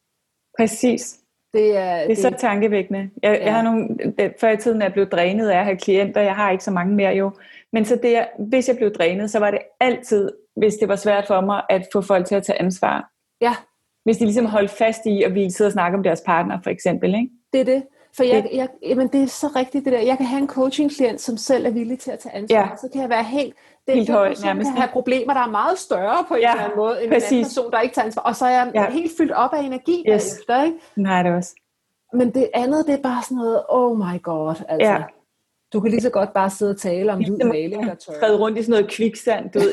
[SPEAKER 1] præcis.
[SPEAKER 2] Det er,
[SPEAKER 1] det er
[SPEAKER 2] det,
[SPEAKER 1] så tankevækkende. Jeg, ja. jeg har nogle, før i tiden er jeg blevet drænet af at have klienter, jeg har ikke så mange mere jo. Men så det, hvis jeg blev drænet, så var det altid, hvis det var svært for mig, at få folk til at tage ansvar.
[SPEAKER 2] Ja.
[SPEAKER 1] Hvis de ligesom holdt fast i, at vi sidder og snakker om deres partner, for eksempel, ikke?
[SPEAKER 2] Det er det. For jeg, jeg, jamen det er så rigtigt det der. Jeg kan have en coaching-klient, som selv er villig til at tage ansvar. Ja. Så kan jeg være helt... Det
[SPEAKER 1] helt høj,
[SPEAKER 2] person kan have problemer, der er meget større på en
[SPEAKER 1] ja,
[SPEAKER 2] eller anden måde, end
[SPEAKER 1] præcis.
[SPEAKER 2] en anden person, der ikke tager ansvar. Og så er jeg ja. helt fyldt op af energi
[SPEAKER 1] yes.
[SPEAKER 2] derefter, ikke?
[SPEAKER 1] Nej, det også.
[SPEAKER 2] Men det andet, det er bare sådan noget, oh my god, altså.
[SPEAKER 1] Ja.
[SPEAKER 2] Du kan lige så godt bare sidde og tale om hvid maling, der tørrer.
[SPEAKER 1] Træde rundt i sådan noget kviksand, du ved.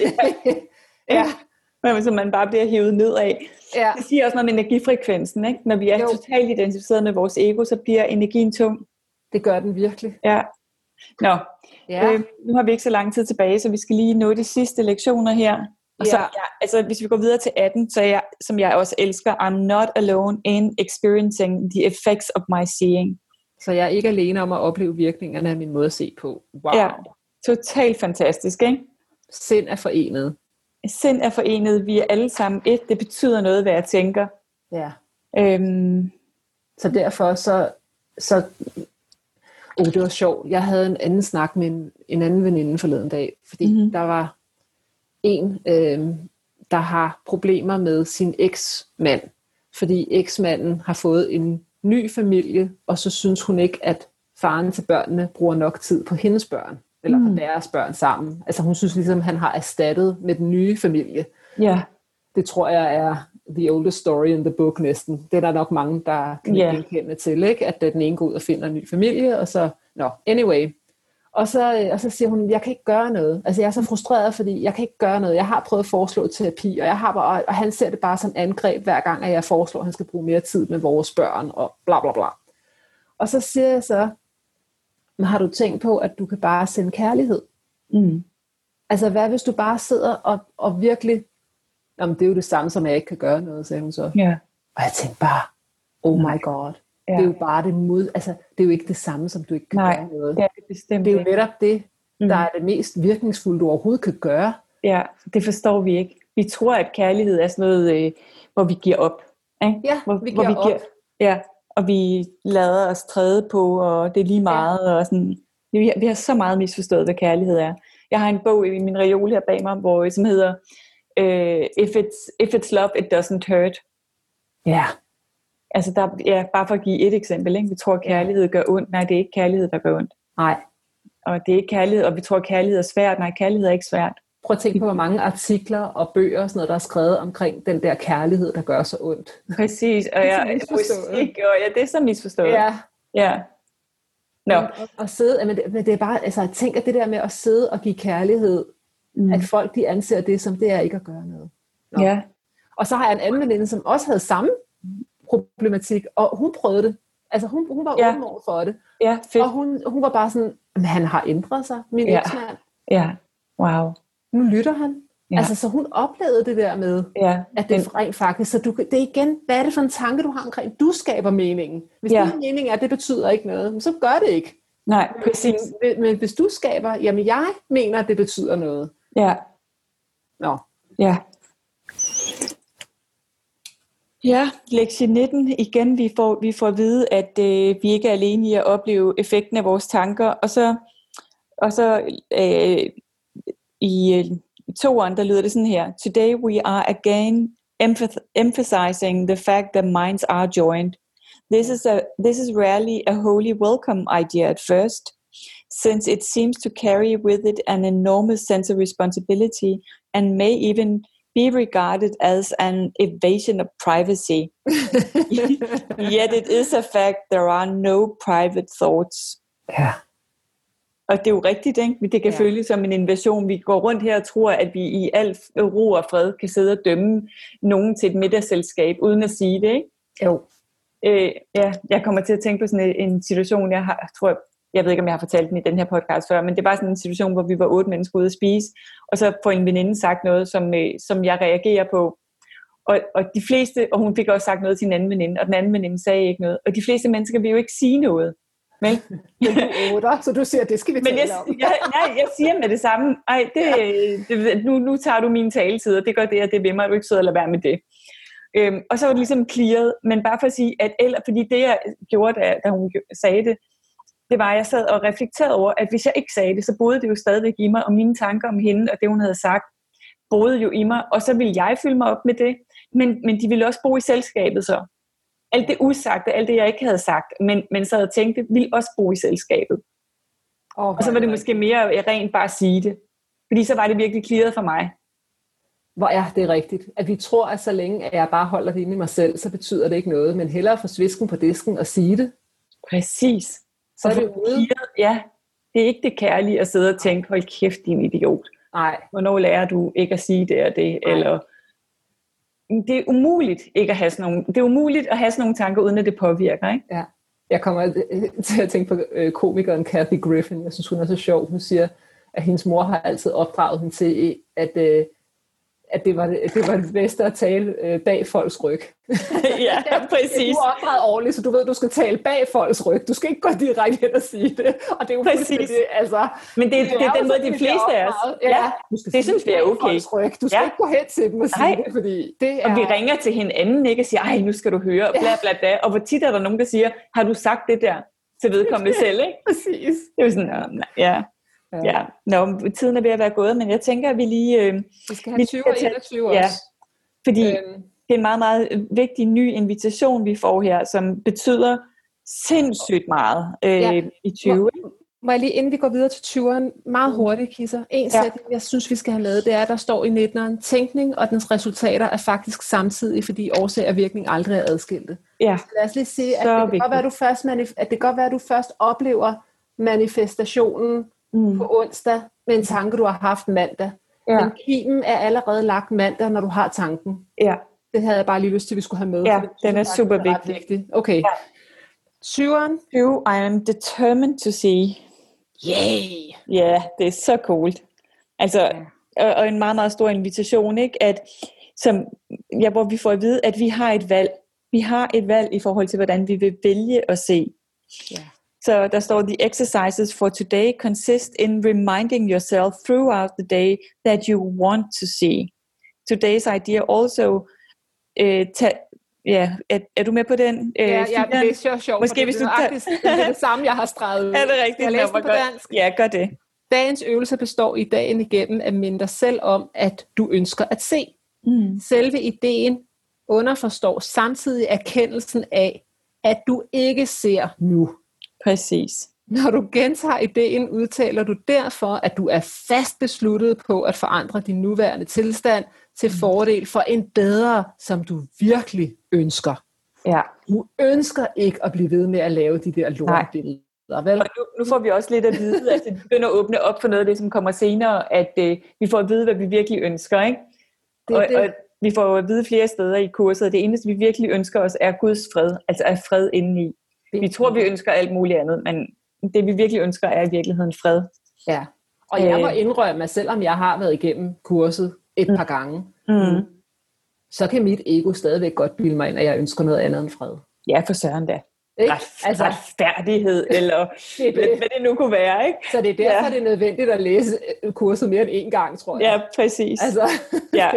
[SPEAKER 1] Ja. Ja. Så man bare bliver hævet nedad. Ja. Det siger også noget med energifrekvensen, ikke? Når vi er jo. totalt identificeret med vores ego, så bliver energien tung.
[SPEAKER 2] Det gør den virkelig.
[SPEAKER 1] Ja. Nå,
[SPEAKER 2] ja.
[SPEAKER 1] Øh, nu har vi ikke så lang tid tilbage, så vi skal lige nå de sidste lektioner her. Og ja. så, ja, altså, hvis vi går videre til atten, så er jeg, som jeg også elsker, I'm not alone in experiencing the effects of my seeing.
[SPEAKER 2] Så jeg er ikke alene om at opleve virkningerne af min måde at se på. Wow.
[SPEAKER 1] Ja, totalt fantastisk, ikke?
[SPEAKER 2] Sind er forenet.
[SPEAKER 1] Sind er forenet, vi er alle sammen et, det betyder noget, hvad jeg tænker.
[SPEAKER 2] Ja.
[SPEAKER 1] Øhm.
[SPEAKER 2] Så derfor så, så oh, det var sjovt. Jeg havde en anden snak med en, en anden veninde forleden dag, fordi mm-hmm. der var en, øh, der har problemer med sin eksmand, fordi eksmanden har fået en ny familie, og så synes hun ikke, at faren til børnene bruger nok tid på hendes børn, eller på mm. deres børn sammen. Altså hun synes ligesom, han har erstattet med den nye familie.
[SPEAKER 1] Ja. Yeah.
[SPEAKER 2] Det tror jeg er the oldest story in the book næsten. Det er der nok mange, der kan yeah. genkende til, ikke? At den ene går ud og finder en ny familie, og så, no, anyway. Og så, og så siger hun, jeg kan ikke gøre noget. Altså jeg er så frustreret, fordi jeg kan ikke gøre noget. Jeg har prøvet at foreslå terapi, og, jeg har bare, og han ser det bare som angreb, hver gang, at jeg foreslår, at han skal bruge mere tid med vores børn, og bla bla bla. Og så siger jeg så, men har du tænkt på, at du kan bare sende kærlighed? Mm. Altså hvad hvis du bare sidder og, og virkelig, jamen det er jo det samme, som jeg ikke kan gøre noget, sagde hun så.
[SPEAKER 1] Yeah.
[SPEAKER 2] Og jeg tænkte bare, oh my god. Ja. Det er jo bare det mod, altså det er jo ikke det samme, som du ikke kan
[SPEAKER 1] Nej,
[SPEAKER 2] gøre noget.
[SPEAKER 1] Det er, det bestemt
[SPEAKER 2] det er jo netop det, der
[SPEAKER 1] mm.
[SPEAKER 2] er det mest virkningsfulde, du overhovedet kan gøre.
[SPEAKER 1] Ja, det forstår vi ikke. Vi tror, at kærlighed er sådan noget, øh, hvor vi giver op. Ikke?
[SPEAKER 2] Ja,
[SPEAKER 1] hvor,
[SPEAKER 2] vi giver
[SPEAKER 1] hvor vi
[SPEAKER 2] op.
[SPEAKER 1] Giver, ja, og vi lader os træde på, og det er lige meget. Ja. Og sådan. Vi, vi har så meget misforstået, hvad kærlighed er. Jeg har en bog i min reol her bag mig, hvor, som hedder øh, If it's, If it's love, it doesn't hurt.
[SPEAKER 2] Ja.
[SPEAKER 1] Altså, der, ja, bare for at give et eksempel, ikke? Vi tror, at kærlighed gør ondt. Nej, det er ikke kærlighed, der gør ondt.
[SPEAKER 2] Nej.
[SPEAKER 1] Og det er ikke kærlighed, og vi tror, at kærlighed er svært. Nej, kærlighed er ikke svært.
[SPEAKER 2] Prøv at tænke på, hvor mange artikler og bøger og sådan noget, der er skrevet omkring den der kærlighed, der gør så ondt.
[SPEAKER 1] Præcis, og jeg, musik, og ja, det er så misforstået.
[SPEAKER 2] Ja.
[SPEAKER 1] Ja. No.
[SPEAKER 2] Og, og sidde, men det, men det er bare, altså tænk, at det der med at sidde og give kærlighed, mm. at folk de anser det som, det er ikke at gøre noget. Nå.
[SPEAKER 1] Ja.
[SPEAKER 2] Og så har jeg en anden veninde, som også havde samme problematik, og hun prøvede det. Altså hun, hun var
[SPEAKER 1] ja.
[SPEAKER 2] otte år for det.
[SPEAKER 1] Ja, fedt.
[SPEAKER 2] Og hun, hun var bare sådan, men han har ændret sig, min
[SPEAKER 1] ja.
[SPEAKER 2] eksmand.
[SPEAKER 1] Ja, wow.
[SPEAKER 2] Nu lytter han. Ja. Altså så hun oplevede det der med,
[SPEAKER 1] ja.
[SPEAKER 2] at det er rent faktisk, så du, det er igen, hvad er det for en tanke, du har omkring, du skaber meningen. Hvis ja. din mening er, at det betyder ikke noget, så gør det ikke.
[SPEAKER 1] Nej, præcis.
[SPEAKER 2] Men, men hvis du skaber, jamen jeg mener, at det betyder noget.
[SPEAKER 1] Ja.
[SPEAKER 2] Nå.
[SPEAKER 1] Ja. Ja, lektie nitten. Igen, vi får, vi får at vide, at øh, vi ikke er alene i at opleve effekten af vores tanker. Og så, og så øh, i øh, toeren, der lyder det sådan her. Today we are again emph- emphasizing the fact that minds are joined. This is a this is rarely a wholly welcome idea at first, since it seems to carry with it an enormous sense of responsibility and may even be regarded as an invasion of privacy. Yet it is a fact there are no private thoughts.
[SPEAKER 2] Ja.
[SPEAKER 1] Og det er jo rigtigt, ikke? Det kan ja. føles som en invasion. Vi går rundt her og tror, at vi i al ro og fred kan sidde og dømme nogen til et middagsselskab, uden at sige det, ikke?
[SPEAKER 2] Jo.
[SPEAKER 1] Øh, ja, jeg kommer til at tænke på sådan en situation, jeg har, tror jeg, jeg ved ikke, om jeg har fortalt den i den her podcast før, men det var sådan en situation, hvor vi var otte mennesker ude at spise, og så får en veninde sagt noget, som, øh, som jeg reagerer på. Og, og de fleste, og hun fik også sagt noget til en anden veninde, og den anden veninde sagde ikke noget. Og de fleste mennesker vil jo ikke sige noget. Men,
[SPEAKER 2] men du otter, så du siger, det skal vi tale
[SPEAKER 1] men jeg,
[SPEAKER 2] om.
[SPEAKER 1] jeg, nej, jeg siger med det samme, ej, det, det, nu, nu tager du min taletid, og det gør det, og det vil mig, du ikke sidder og lade være med det. Øhm, og så var det ligesom clearet, men bare for at sige, at eller, fordi det jeg gjorde, da, da hun sagde det, det var, at jeg sad og reflekterede over, at hvis jeg ikke sagde det, så boede det jo stadigvæk i mig, og mine tanker om hende, og det hun havde sagt, boede jo i mig, og så ville jeg fylde mig op med det, men, men de ville også bo i selskabet så. Alt det usagte, alt det jeg ikke havde sagt, men, men så havde tænkt det, ville også bo i selskabet. Oh, og så var det måske mere rent bare at sige det, fordi så var det virkelig clearet for mig.
[SPEAKER 2] Hvor er det rigtigt? At vi tror, at så længe at jeg bare holder det inde i mig selv, så betyder det ikke noget. Men hellere få svisken på disken og sige det.
[SPEAKER 1] Præcis.
[SPEAKER 2] Så er det ude.
[SPEAKER 1] Ja, det er ikke det kærlige at sidde og tænke, hold kæft, din idiot.
[SPEAKER 2] Nej.
[SPEAKER 1] Hvornår lærer du ikke at sige det og det? Nej. Eller det er umuligt ikke at have sådan nogle, det er umuligt at have sådan nogle tanker, uden at det påvirker, ikke?
[SPEAKER 2] Ja. Jeg kommer til at tænke på komikeren Kathy Griffin. Jeg synes, hun er så sjov. Hun siger, at hendes mor har altid opdraget hende til, at at det var det, det var det bedste at tale øh, bag folks ryg.
[SPEAKER 1] Ja, præcis.
[SPEAKER 2] Du er opdraget ordentligt, så du ved, du skal tale bag folks ryg. Du skal ikke gå direkte hen og sige det. Og det er jo præcis det, altså.
[SPEAKER 1] Men det, det, det er den måde, de fleste af os. Ja, ja, det synes vi er okay.
[SPEAKER 2] Ryg. Du skal ja. ikke gå hen til dem og sige Nej. det, fordi det er...
[SPEAKER 1] Og vi ringer til hinanden, ikke, og siger, ej, nu skal du høre, bla bla bla. Og hvor tit er der nogen, der siger, har du sagt det der til vedkommende selv, ikke?
[SPEAKER 2] Præcis.
[SPEAKER 1] Det er jo sådan, ja. Ja, Nå, tiden er ved at være gået, men jeg tænker, at vi lige... Øh,
[SPEAKER 2] vi skal have tyve og enogtyve
[SPEAKER 1] ja,
[SPEAKER 2] også.
[SPEAKER 1] Fordi øhm. det er en meget, meget vigtig ny invitation, vi får her, som betyder sindssygt meget øh, ja. i tyve.
[SPEAKER 2] Må, må jeg lige, inden vi går videre til tyveren, meget hurtigt, Kisser. En ja. sætning, jeg synes, vi skal have lavet, det er, at der står i nitteneren, tænkning og dens resultater er faktisk samtidig, fordi årsag og virkning aldrig er adskilte. Ja. Så lad os lige sige, at det, kan godt være, du først manif- at det kan godt være, at du først oplever manifestationen Mm. på onsdag med en tanke, du har haft mandag. Ja. Men kimen er allerede lagt mandag, når du har tanken. Ja. Det havde jeg bare lige lyst til, at vi skulle have med.
[SPEAKER 1] Ja, den er super vigtig.
[SPEAKER 2] vigtig. Okay. Ja. Syveren.
[SPEAKER 1] Syv, I am determined to see.
[SPEAKER 2] Yay!
[SPEAKER 1] Ja, yeah, det er så cool. Altså, ja. og, og en meget, meget stor invitation, ikke? At, som, ja, hvor vi får at vide, at vi har et valg. Vi har et valg i forhold til, hvordan vi vil vælge at se. Ja. Så der står, the exercises for today consist in reminding yourself throughout the day that you want to see. Today's idea also, uh, ta- yeah, er, er du med på den? Uh,
[SPEAKER 2] ja, ja, det er så sjovt, Måske, det, hvis du ta- det er det samme, jeg har streget ud.
[SPEAKER 1] Er det rigtigt?
[SPEAKER 2] Jeg læser på dansk.
[SPEAKER 1] Ja, gør det.
[SPEAKER 2] Dagens øvelse består i dagen igennem at minde dig selv om, at du ønsker at se. Mm. Selve ideen underforstår samtidig erkendelsen af, at du ikke ser nu.
[SPEAKER 1] Præcis.
[SPEAKER 2] Når du gentager ideen, udtaler du derfor, at du er fast besluttet på at forandre din nuværende tilstand til fordel for en bedre, som du virkelig ønsker.
[SPEAKER 1] Ja.
[SPEAKER 2] Du ønsker ikke at blive ved med at lave de der lortbilleder, vel?
[SPEAKER 1] Og nu, nu får vi også lidt at vide, at det begynder at åbne op for noget af det, som kommer senere, at øh, vi får at vide, hvad vi virkelig ønsker, ikke? Det, og, det. og vi får at vide flere steder i kurset, at det eneste, vi virkelig ønsker os, er Guds fred, altså er fred indeni. Vi tror, vi ønsker alt muligt andet, men det vi virkelig ønsker er i virkeligheden fred.
[SPEAKER 2] Ja, og jeg må indrømme, at selvom jeg har været igennem kurset et mm. par gange, mm. så kan mit ego stadigvæk godt bilde mig ind, at jeg ønsker noget andet end fred.
[SPEAKER 1] Ja, for søren da.
[SPEAKER 2] Ikke?
[SPEAKER 1] Altså, retfærdighed, eller det det. Hvad det nu kunne være, ikke?
[SPEAKER 2] Så det er derfor, ja. det er nødvendigt at læse kurset mere end én gang, tror jeg.
[SPEAKER 1] Ja, præcis.
[SPEAKER 2] Altså,
[SPEAKER 1] ja.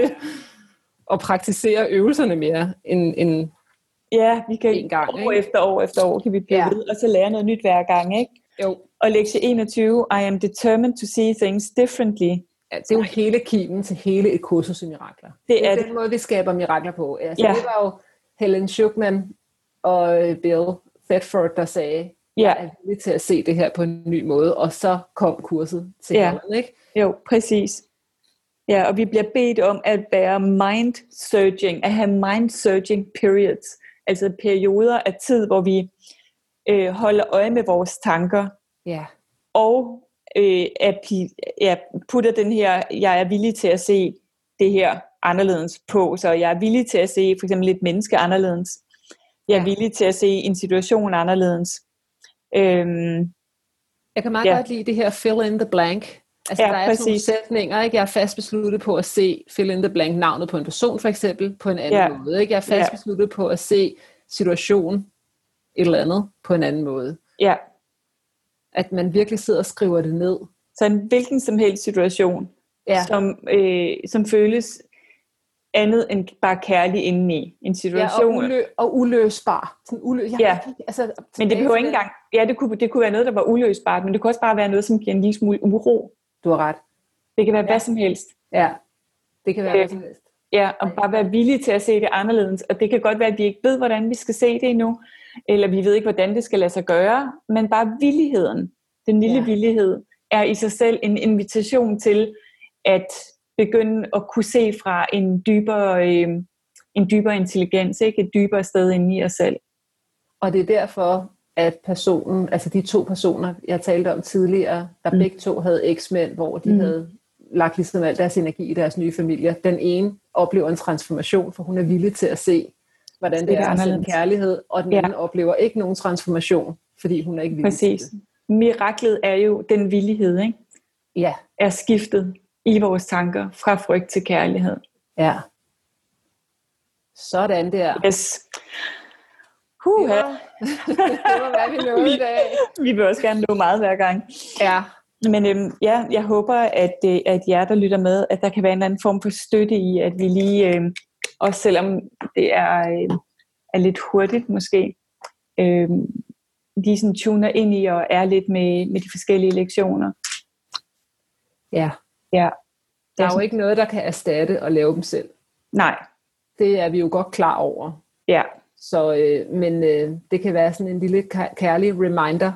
[SPEAKER 2] og praktisere øvelserne mere end... end
[SPEAKER 1] Ja, vi kan
[SPEAKER 2] en gang,
[SPEAKER 1] år ikke? efter år efter år kan vi blive ja. ved, og så lære noget nyt hver gang, ikke?
[SPEAKER 2] Jo.
[SPEAKER 1] Og lektie enogtyve, I am determined to see things differently.
[SPEAKER 2] Ja, det er jo hele kimen til hele et kursus i mirakler. Det, det er, er den det. måde, vi skaber mirakler på. Altså, ja. Det var jo Helen Schucman og Bill Thetford, der sagde, ja. jeg er villig til at se det her på en ny måde, og så kom kurset til
[SPEAKER 1] ja.
[SPEAKER 2] hende, ikke?
[SPEAKER 1] Jo, præcis. Ja, og vi bliver bedt om at være mind-searching, at have mind-searching periods. Altså perioder af tid, hvor vi øh, holder øje med vores tanker.
[SPEAKER 2] Ja.
[SPEAKER 1] Og øh, at ja, putter den her, jeg er villig til at se det her anderledes på. Så jeg er villig til at se for eksempel et menneske anderledes. Jeg er ja. villig til at se en situation anderledes. Øhm,
[SPEAKER 2] jeg kan meget ja. godt lide det her fill in the blank. Altså ja, der er præcis. Sådan nogle sætninger, ikke? Jeg er fast besluttet på at se fill in the blank, navnet på en person for eksempel, på en anden ja. måde. Ikke? Jeg er fast ja. besluttet på at se situation, et eller andet, på en anden måde.
[SPEAKER 1] Ja.
[SPEAKER 2] At man virkelig sidder og skriver det ned.
[SPEAKER 1] Så en hvilken som helst situation, ja. som, øh, som føles andet end bare kærlig indeni. En situation.
[SPEAKER 2] Ja, og, ulø- og uløsbar. Sådan ulø- jeg,
[SPEAKER 1] ja. Altså, men det behøver ikke engang, ja, det kunne, det kunne være noget, der var uløsbart, men det kunne også bare være noget, som giver en lille smule uro.
[SPEAKER 2] Du har ret.
[SPEAKER 1] Det kan være
[SPEAKER 2] ja.
[SPEAKER 1] hvad som helst.
[SPEAKER 2] Ja, det kan være øh, hvad som helst.
[SPEAKER 1] Ja, og bare være villige til at se det anderledes. Og det kan godt være, at vi ikke ved, hvordan vi skal se det endnu, eller vi ved ikke, hvordan det skal lade sig gøre, men bare villigheden, den lille ja. villighed, er i sig selv en invitation til at begynde at kunne se fra en dybere, øh, en dybere intelligens, ikke? Et dybere sted inde i os selv.
[SPEAKER 2] Og det er derfor, at personen, altså de to personer, jeg talte om tidligere, der mm. begge to havde eksmænd, hvor de mm. havde lagt ligesom al deres energi i deres nye familier. Den ene oplever en transformation, for hun er villig til at se, hvordan det, det er at sende kærlighed, og den ja. anden oplever ikke nogen transformation, fordi hun er ikke villig
[SPEAKER 1] Præcis.
[SPEAKER 2] til det.
[SPEAKER 1] Miraklet er jo den villighed, ikke?
[SPEAKER 2] Ja.
[SPEAKER 1] Er skiftet i vores tanker fra frygt til kærlighed.
[SPEAKER 2] Ja. Sådan der.
[SPEAKER 1] Yes. Huh,
[SPEAKER 2] det, var, det var, hvad vi nåede i dag.
[SPEAKER 1] Vi vil også gerne nå meget hver gang.
[SPEAKER 2] Ja.
[SPEAKER 1] Men øhm, ja, jeg håber, at, øh, at jer, der lytter med, at der kan være en anden form for støtte i, at vi lige, øh, også selvom det er, øh, er lidt hurtigt måske, øh, de sådan tuner ind i og er lidt med, med de forskellige lektioner.
[SPEAKER 2] Ja.
[SPEAKER 1] Ja.
[SPEAKER 2] Der er jo ikke noget, der kan erstatte at lave dem selv.
[SPEAKER 1] Nej.
[SPEAKER 2] Det er vi jo godt klar over.
[SPEAKER 1] Ja.
[SPEAKER 2] Så, øh, men øh, det kan være sådan en lille kærlig reminder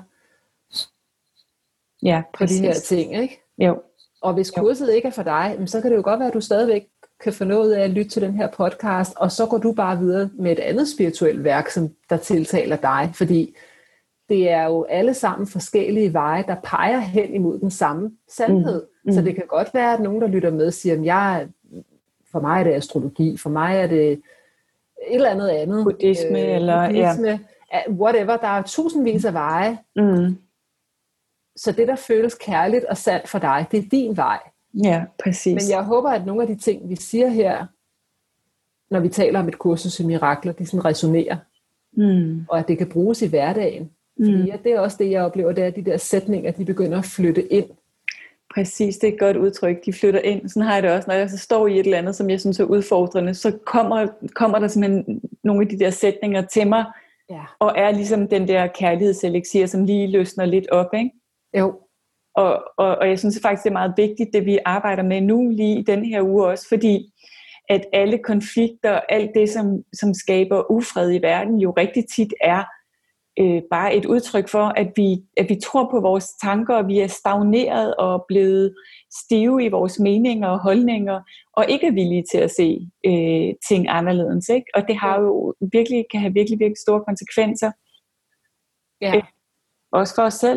[SPEAKER 1] ja,
[SPEAKER 2] på de her ting, ikke?
[SPEAKER 1] Jo.
[SPEAKER 2] Og hvis kurset jo. ikke er for dig, så kan det jo godt være, at du stadigvæk kan få noget af at lytte til den her podcast, og så går du bare videre med et andet spirituelt værk, som der tiltaler dig, fordi det er jo alle sammen forskellige veje, der peger hen imod den samme sandhed. Mm. Mm. Så det kan godt være, at nogen, der lytter med, siger, at jeg, for mig er det astrologi, for mig er det et eller andet andet.
[SPEAKER 1] Buddhisme, øh, eller
[SPEAKER 2] buddhisme, ja. Whatever, der er tusindvis af veje.
[SPEAKER 1] Mm.
[SPEAKER 2] Så det, der føles kærligt og sandt for dig, det er din vej.
[SPEAKER 1] Ja, præcis.
[SPEAKER 2] Men jeg håber, at nogle af de ting, vi siger her, når vi taler om et kursus i mirakler, de sådan resonerer.
[SPEAKER 1] Mm.
[SPEAKER 2] Og at det kan bruges i hverdagen. Fordi mm. ja, det er også det, jeg oplever, det er, at de der sætninger, de begynder at flytte ind.
[SPEAKER 1] Præcis, det er et godt udtryk. De flytter ind. Sådan har jeg det også, når jeg så står i et eller andet, som jeg synes er udfordrende, så kommer, kommer der simpelthen nogle af de der sætninger til mig,
[SPEAKER 2] ja.
[SPEAKER 1] og er ligesom den der kærlighedseliksir, som lige løsner lidt op, ikke?
[SPEAKER 2] Jo.
[SPEAKER 1] Og, og, og jeg synes faktisk, det er meget vigtigt, det vi arbejder med nu, lige i den her uge også, fordi at alle konflikter, alt det, som, som skaber ufred i verden, jo rigtig tit er øh, bare et udtryk for, at vi, at vi tror på vores tanker, og vi er stagneret og blevet stive i vores meninger og holdninger, og ikke er villige til at se øh, ting anderledes, ikke? Og det har jo virkelig, kan have virkelig, virkelig store konsekvenser.
[SPEAKER 2] Ja.
[SPEAKER 1] Øh, også for os selv.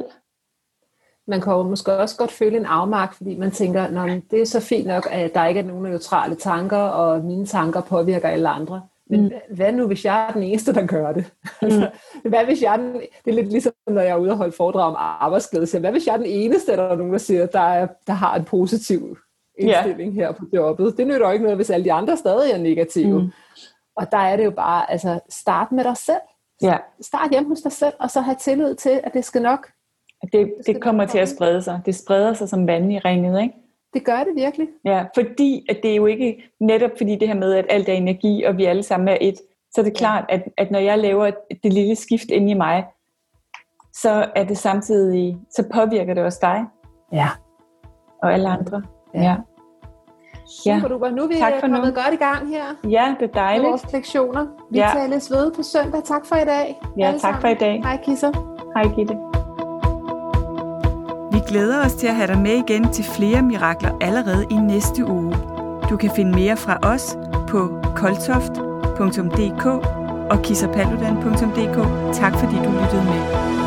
[SPEAKER 2] Man kan jo måske også godt føle en afmagt, fordi man tænker, nå, det er så fint nok, at der ikke er nogen neutrale tanker, og mine tanker påvirker alle andre. Men mm. hvad nu, hvis jeg er den eneste, der gør det? Mm. Hvad hvis jeg er den, det er lidt ligesom, når jeg er ude og holde foredrag om arbejdsglæde. Så hvad hvis jeg er den eneste, der er nogen, der siger, der, er, der har en positiv indstilling yeah. her på jobbet? Det nytter jo ikke noget, hvis alle de andre stadig er negative. Mm. Og der er det jo bare, altså, start med dig selv.
[SPEAKER 1] Yeah.
[SPEAKER 2] Start hjemme hos dig selv, og så have tillid til, at det skal nok.
[SPEAKER 1] Det, det kommer til at sprede sig. Det spreder sig som vand i ringet, ikke?
[SPEAKER 2] Det gør det virkelig.
[SPEAKER 1] Ja, fordi at det er jo ikke netop fordi det her med, at alt er energi, og vi alle sammen er et, så er det klart, at, at når jeg laver det lille skift inde i mig, så er det samtidig, så påvirker det også dig.
[SPEAKER 2] Ja.
[SPEAKER 1] Og alle andre. Ja.
[SPEAKER 2] ja. Super duper. Nu er vi kommet nu. godt i gang her.
[SPEAKER 1] Ja, det er dejligt.
[SPEAKER 2] Med vores lektioner. Vi ja. tales ved på søndag. Tak for i dag.
[SPEAKER 1] Ja, tak sammen. for i dag.
[SPEAKER 2] Hej Kisser.
[SPEAKER 1] Hej Gitte. Vi glæder os til at have dig med igen til flere mirakler allerede i næste uge. Du kan finde mere fra os på koltoft punktum d k og kissapaludan punktum d k. Tak fordi du lyttede med.